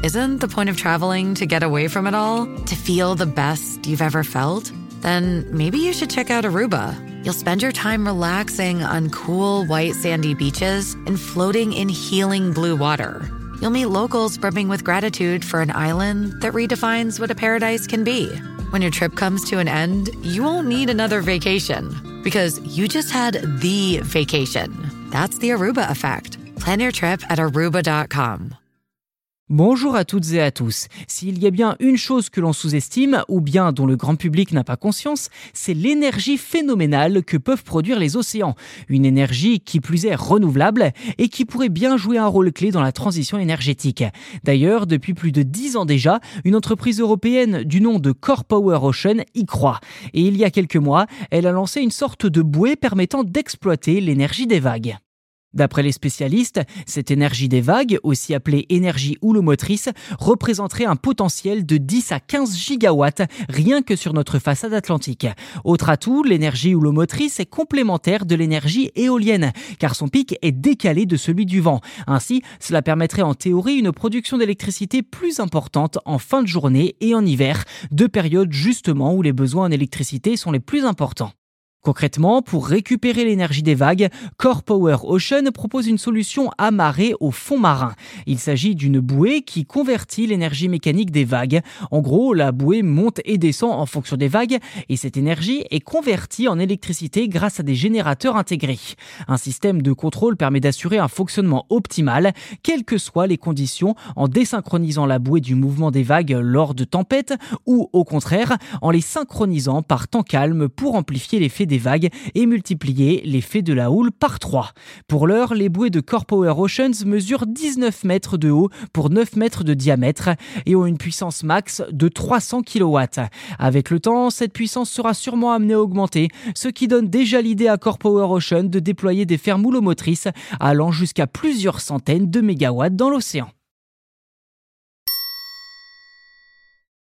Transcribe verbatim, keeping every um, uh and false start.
Isn't the point of traveling to get away from it all? To feel the best you've ever felt? Then maybe you should check out Aruba. You'll spend your time relaxing on cool, white, sandy beaches and floating in healing blue water. You'll meet locals brimming with gratitude for an island that redefines what a paradise can be. When your trip comes to an end, you won't need another vacation because you just had the vacation. That's the Aruba effect. Plan your trip at aruba dot com. Bonjour à toutes et à tous. S'il y a bien une chose que l'on sous-estime, ou bien dont le grand public n'a pas conscience, c'est l'énergie phénoménale que peuvent produire les océans. Une énergie qui plus est renouvelable et qui pourrait bien jouer un rôle clé dans la transition énergétique. D'ailleurs, depuis plus de dix ans déjà, une entreprise européenne du nom de Core Power Ocean y croit. Et il y a quelques mois, elle a lancé une sorte de bouée permettant d'exploiter l'énergie des vagues. D'après les spécialistes, cette énergie des vagues, aussi appelée énergie houlomotrice, représenterait un potentiel de dix à quinze gigawatts rien que sur notre façade atlantique. Autre atout, l'énergie houlomotrice est complémentaire de l'énergie éolienne, car son pic est décalé de celui du vent. Ainsi, cela permettrait en théorie une production d'électricité plus importante en fin de journée et en hiver, deux périodes justement où les besoins en électricité sont les plus importants. Concrètement, pour récupérer l'énergie des vagues, Core Power Ocean propose une solution amarrée au fond marin. Il s'agit d'une bouée qui convertit l'énergie mécanique des vagues. En gros, la bouée monte et descend en fonction des vagues et cette énergie est convertie en électricité grâce à des générateurs intégrés. Un système de contrôle permet d'assurer un fonctionnement optimal, quelles que soient les conditions, en désynchronisant la bouée du mouvement des vagues lors de tempêtes ou, au contraire, en les synchronisant par temps calme pour amplifier l'effet des vagues et multiplier l'effet de la houle par trois. Pour l'heure, les bouées de Core Power Oceans mesurent dix-neuf mètres de haut pour neuf mètres de diamètre et ont une puissance max de trois cents kilowatts. Avec le temps, cette puissance sera sûrement amenée à augmenter, ce qui donne déjà l'idée à Core Power Ocean de déployer des fermes houlomotrices allant jusqu'à plusieurs centaines de mégawatts dans l'océan.